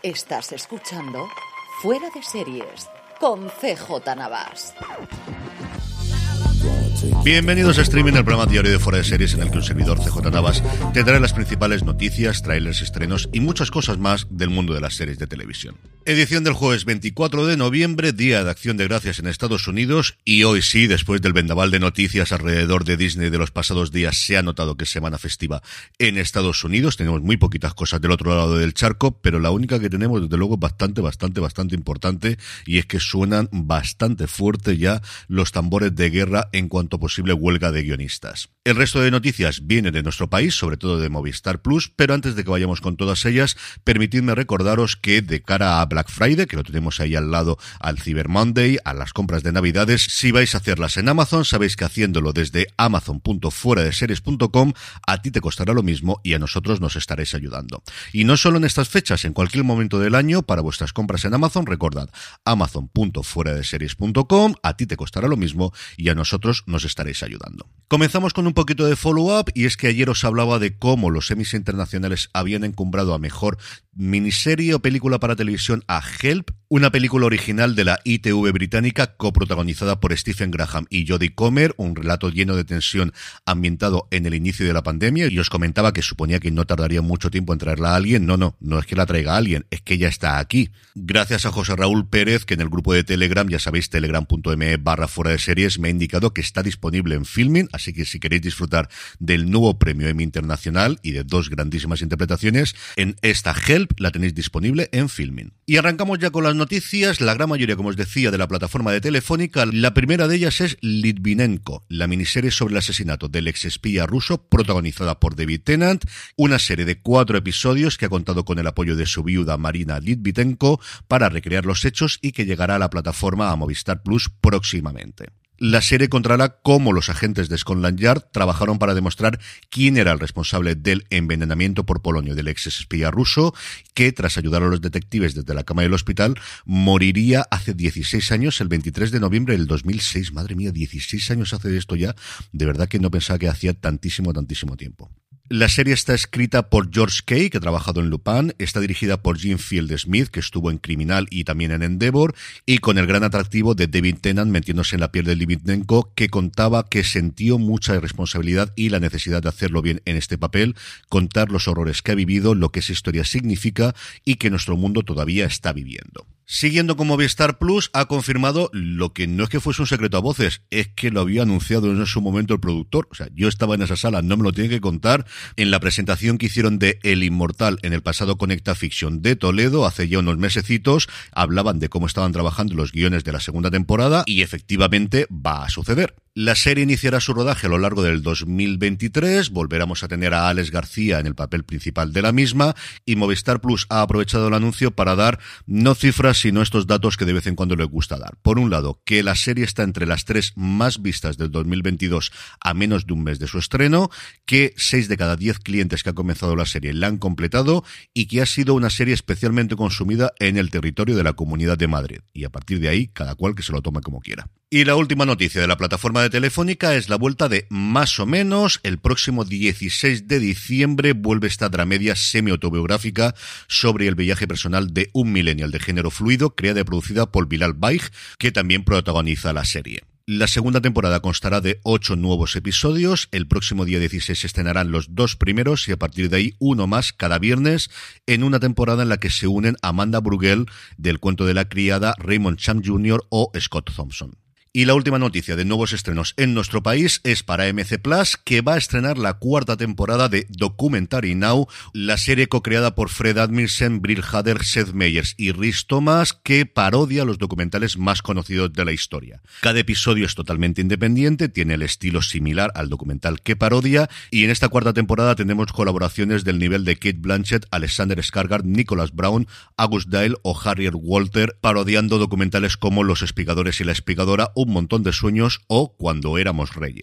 Estás escuchando Fuera de Series con CJ Navas. Bienvenidos a Streaming, el programa diario de Fuera de Series en el que un servidor, CJ Navas, te trae las principales noticias, trailers, estrenos y muchas cosas más del mundo de las series de televisión. Edición del jueves 24 de noviembre, Día de Acción de Gracias en Estados Unidos, y hoy sí, después del vendaval de noticias alrededor de Disney de los pasados días, se ha notado que es semana festiva en Estados Unidos. Tenemos muy poquitas cosas del otro lado del charco, pero la única que tenemos, desde luego, bastante importante, y es que suenan bastante fuerte ya los tambores de guerra en cuanto a posible huelga de guionistas. El resto de noticias viene de nuestro país, sobre todo de Movistar Plus, pero antes de que vayamos con todas ellas, permitidme recordaros que de cara a Black Friday, que lo tenemos ahí al lado, al Cyber Monday, a las compras de Navidades, si vais a hacerlas en Amazon, sabéis que haciéndolo desde amazon.fueradeseries.com a ti te costará lo mismo y a nosotros nos estaréis ayudando. Y no solo en estas fechas, en cualquier momento del año, para vuestras compras en Amazon, recordad, amazon.fueradeseries.com, a ti te costará lo mismo y a nosotros nos estaréis ayudando. Comenzamos con un poquito de follow-up, y es que ayer os hablaba de cómo los Emmys internacionales habían encumbrado a mejor miniserie o película para televisión a Help, una película original de la ITV británica coprotagonizada por Stephen Graham y Jodie Comer, un relato lleno de tensión ambientado en el inicio de la pandemia, y os comentaba que suponía que no tardaría mucho tiempo en traerla a alguien. No es que la traiga a alguien, es que ya está aquí. Gracias a José Raúl Pérez, que en el grupo de Telegram, ya sabéis, telegram.me/fuera de series, me ha indicado que está disponible en Filmin, así que si queréis disfrutar del nuevo premio Emmy Internacional y de dos grandísimas interpretaciones, en esta Help la tenéis disponible en Filmin. Y arrancamos ya con las noticias, la gran mayoría, como os decía, de la plataforma de Telefónica. La primera de ellas es Litvinenko, la miniserie sobre el asesinato del exespía ruso, protagonizada por David Tennant, una serie de 4 episodios que ha contado con el apoyo de su viuda Marina Litvinenko para recrear los hechos y que llegará a la plataforma, a Movistar Plus, próximamente. La serie contará cómo los agentes de Scotland Yard trabajaron para demostrar quién era el responsable del envenenamiento por polonio del ex espía ruso, que tras ayudar a los detectives desde la cama del hospital, moriría hace 16 años, el 23 de noviembre del 2006. Madre mía, 16 años hace de esto ya. De verdad que no pensaba que hacía tantísimo tiempo. La serie está escrita por George Kay, que ha trabajado en Lupin, está dirigida por Jim Field Smith, que estuvo en Criminal y también en Endeavour, y con el gran atractivo de David Tennant metiéndose en la piel de Litvinenko, que contaba que sintió mucha responsabilidad y la necesidad de hacerlo bien en este papel, contar los horrores que ha vivido, lo que esa historia significa y que nuestro mundo todavía está viviendo. Siguiendo con Movistar Plus, ha confirmado lo que no es que fuese un secreto a voces, es que lo había anunciado en su momento el productor. O sea, yo estaba en esa sala, no me lo tiene que contar. En la presentación que hicieron de El Inmortal en el pasado Conecta Fiction de Toledo, hace ya unos mesecitos, hablaban de cómo estaban trabajando los guiones de la segunda temporada, y efectivamente va a suceder. La serie iniciará su rodaje a lo largo del 2023, volveremos a tener a Alex García en el papel principal de la misma, y Movistar Plus ha aprovechado el anuncio para dar no cifras, sino estos datos que de vez en cuando le gusta dar. Por un lado, que la serie está entre las 3 más vistas del 2022 a menos de un mes de su estreno, que 6 de cada 10 clientes que ha comenzado la serie la han completado, y que ha sido una serie especialmente consumida en el territorio de la Comunidad de Madrid. Y a partir de ahí, cada cual que se lo tome como quiera. Y la última noticia de la plataforma de Telefónica es la vuelta de Más o menos. El próximo 16 de diciembre vuelve esta dramedia semi-autobiográfica sobre el viaje personal de un millennial de género fluido, creada y producida por Bilal Baig, que también protagoniza la serie. La segunda temporada constará de 8 nuevos episodios. El próximo día 16 se estrenarán los 2 primeros y a partir de ahí uno más cada viernes, en una temporada en la que se unen Amanda Brugel del Cuento de la Criada, Raymond Champ Jr. o Scott Thompson. Y la última noticia de nuevos estrenos en nuestro país es para MC Plus, que va a estrenar la 4ª temporada de Documentary Now, la serie co-creada por Fred Admisen, Brill Hader, Seth Meyers y Rhys Thomas, que parodia los documentales más conocidos de la historia. Cada episodio es totalmente independiente, tiene el estilo similar al documental que parodia, y en esta 4ª temporada tenemos colaboraciones del nivel de Cate Blanchett, Alexander Skarsgård, Nicholas Brown, August Dale o Harriet Walter, parodiando documentales como Los Espigadores y la Espigadora, Un montón de sueños o Cuando éramos reyes.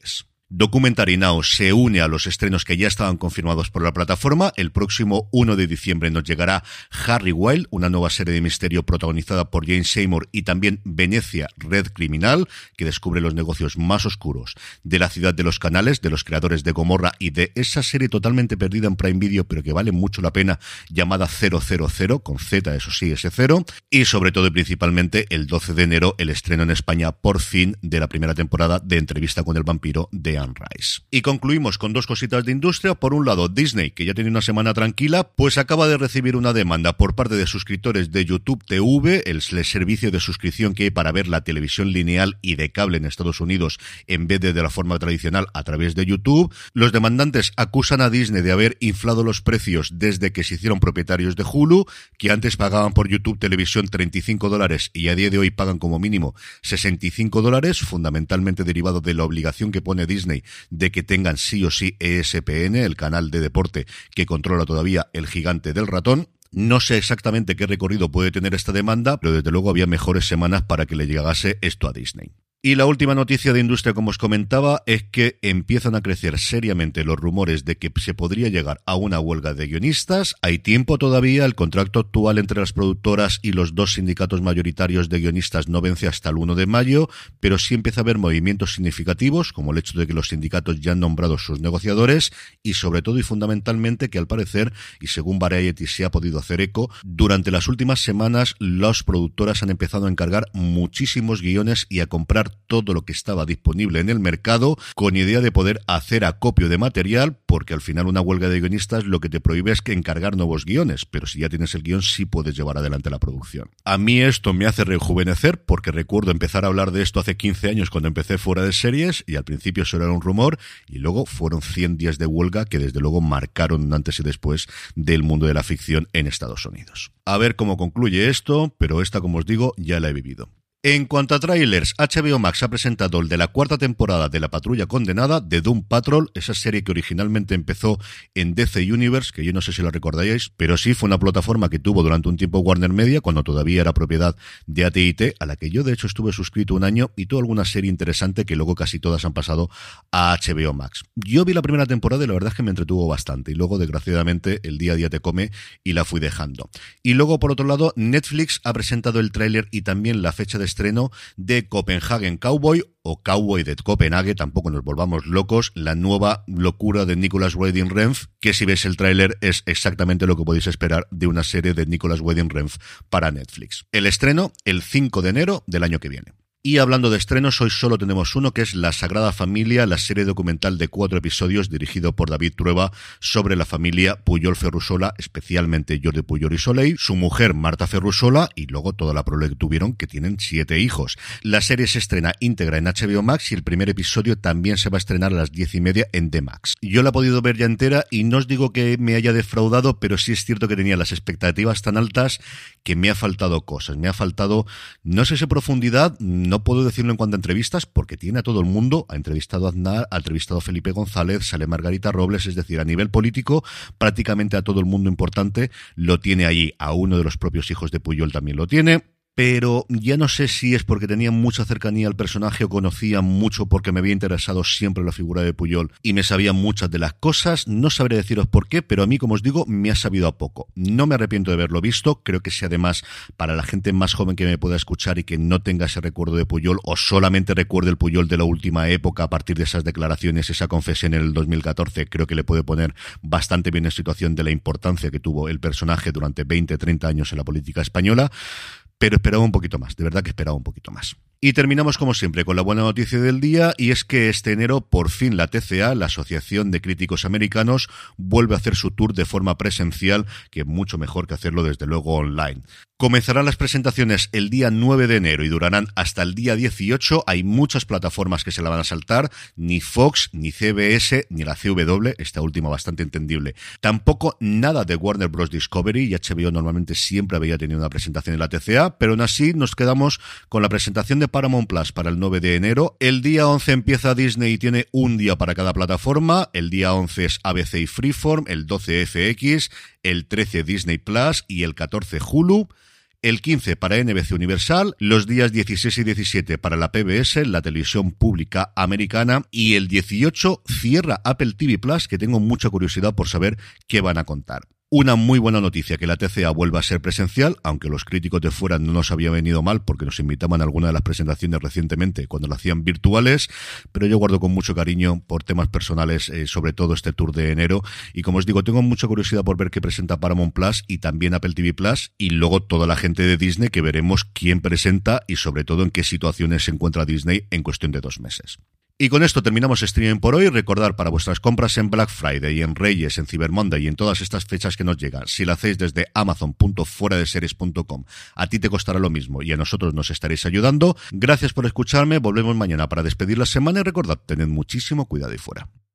Documentary Now se une a los estrenos que ya estaban confirmados por la plataforma. El próximo 1 de diciembre nos llegará Harry Wild, una nueva serie de misterio protagonizada por Jane Seymour, y también Venecia, Red Criminal, que descubre los negocios más oscuros de la ciudad de los canales, de los creadores de Gomorra y de esa serie totalmente perdida en Prime Video, pero que vale mucho la pena, llamada 000, con Z, eso sí, ese cero. Y sobre todo y principalmente el 12 de enero el estreno en España, por fin, de la primera temporada de Entrevista con el vampiro de Anne Rice. Y concluimos con dos cositas de industria. Por un lado, Disney, que ya tiene una semana tranquila, pues acaba de recibir una demanda por parte de suscriptores de YouTube TV, el servicio de suscripción que hay para ver la televisión lineal y de cable en Estados Unidos en vez de la forma tradicional a través de YouTube. Los demandantes acusan a Disney de haber inflado los precios desde que se hicieron propietarios de Hulu, que antes pagaban por YouTube Televisión $35 y a día de hoy pagan como mínimo $65, fundamentalmente derivado de la obligación que pone Disney de que tengan sí o sí ESPN, el canal de deporte que controla todavía el gigante del ratón. No sé exactamente qué recorrido puede tener esta demanda, pero desde luego había mejores semanas para que le llegase esto a Disney. Y la última noticia de industria, como os comentaba, es que empiezan a crecer seriamente los rumores de que se podría llegar a una huelga de guionistas. Hay tiempo todavía, el contrato actual entre las productoras y los dos sindicatos mayoritarios de guionistas no vence hasta el 1 de mayo, pero sí empieza a haber movimientos significativos, como el hecho de que los sindicatos ya han nombrado sus negociadores y sobre todo y fundamentalmente que al parecer, y según Variety se ha podido hacer eco, durante las últimas semanas las productoras han empezado a encargar muchísimos guiones y a comprar todo lo que estaba disponible en el mercado con idea de poder hacer acopio de material, porque al final una huelga de guionistas lo que te prohíbe es que encargar nuevos guiones, pero si ya tienes el guión sí puedes llevar adelante la producción. A mí esto me hace rejuvenecer porque recuerdo empezar a hablar de esto hace 15 años cuando empecé Fuera de Series y al principio solo era un rumor y luego fueron 100 días de huelga que desde luego marcaron un antes y después del mundo de la ficción en Estados Unidos. A ver cómo concluye esto, pero esta, como os digo, ya la he vivido. En cuanto a trailers, HBO Max ha presentado el de la cuarta temporada de La Patrulla Condenada, de Doom Patrol, esa serie que originalmente empezó en DC Universe, que yo no sé si la recordáis, pero sí fue una plataforma que tuvo durante un tiempo Warner Media, cuando todavía era propiedad de AT&T, a la que yo de hecho estuve suscrito un año y tuvo alguna serie interesante que luego casi todas han pasado a HBO Max. Yo vi la primera temporada y la verdad es que me entretuvo bastante y luego desgraciadamente el día a día te come y la fui dejando. Y luego por otro lado Netflix ha presentado el tráiler y también la fecha de estreno de Copenhagen Cowboy o Cowboy de Copenhague, tampoco nos volvamos locos, la nueva locura de Nicolas Winding Refn, que si ves el tráiler es exactamente lo que podéis esperar de una serie de Nicolas Winding Refn para Netflix. El estreno el 5 de enero del año que viene. Y hablando de estrenos, hoy solo tenemos uno, que es La Sagrada Familia, la serie documental de 4 episodios dirigido por David Trueba sobre la familia Pujol Ferrusola, especialmente Jordi Pujol y Soleil, su mujer Marta Ferrusola y luego toda la prole que tuvieron, que tienen 7 hijos. La serie se estrena íntegra en HBO Max y el primer episodio también se va a estrenar a las 10:30 en D-Max. Yo la he podido ver ya entera y no os digo que me haya defraudado, pero sí es cierto que tenía las expectativas tan altas que me ha faltado cosas, me ha faltado, no sé si profundidad. No puedo decirlo en cuanto a entrevistas porque tiene a todo el mundo. Ha entrevistado a Aznar, ha entrevistado a Felipe González, sale Margarita Robles, es decir, a nivel político prácticamente a todo el mundo importante lo tiene allí. A uno de los propios hijos de Pujol también lo tiene. Pero ya no sé si es porque tenía mucha cercanía al personaje o conocía mucho porque me había interesado siempre la figura de Pujol y me sabía muchas de las cosas. No sabré deciros por qué, pero a mí, como os digo, me ha sabido a poco. No me arrepiento de haberlo visto. Creo que si además para la gente más joven que me pueda escuchar y que no tenga ese recuerdo de Pujol o solamente recuerde el Pujol de la última época a partir de esas declaraciones, esa confesión en el 2014, creo que le puede poner bastante bien en situación de la importancia que tuvo el personaje durante 20-30 años en la política española. Pero esperaba un poquito más, de verdad que esperaba un poquito más. Y terminamos como siempre con la buena noticia del día, y es que este enero por fin la TCA, la Asociación de Críticos Americanos, vuelve a hacer su tour de forma presencial, que mucho mejor que hacerlo desde luego online. Comenzarán las presentaciones el día 9 de enero y durarán hasta el día 18. Hay muchas plataformas que se la van a saltar, ni Fox, ni CBS, ni la CW, esta última bastante entendible. Tampoco nada de Warner Bros. Discovery, y HBO normalmente siempre había tenido una presentación en la TCA, pero aún así nos quedamos con la presentación de Paramount Plus para el 9 de enero. El día 11 empieza Disney y tiene un día para cada plataforma. El día 11 es ABC y Freeform, el 12 FX, el 13 Disney Plus y el 14 Hulu. el 15 para NBC Universal, los días 16 y 17 para la PBS, la televisión pública americana, y el 18 cierra Apple TV Plus, que tengo mucha curiosidad por saber qué van a contar. Una muy buena noticia, que la TCA vuelva a ser presencial, aunque los críticos de fuera no nos había venido mal porque nos invitaban a alguna de las presentaciones recientemente cuando lo hacían virtuales, pero yo guardo con mucho cariño por temas personales, sobre todo este tour de enero, y como os digo, tengo mucha curiosidad por ver qué presenta Paramount Plus y también Apple TV Plus, y luego toda la gente de Disney, que veremos quién presenta y sobre todo en qué situaciones se encuentra Disney en cuestión de 2 meses. Y con esto terminamos streaming por hoy. Recordad, para vuestras compras en Black Friday, en Reyes, en Cyber Monday y en todas estas fechas que nos llegan, si lo hacéis desde amazon.fueradeseries.com, a ti te costará lo mismo y a nosotros nos estaréis ayudando. Gracias por escucharme. Volvemos mañana para despedir la semana y recordad, tened muchísimo cuidado ahí fuera.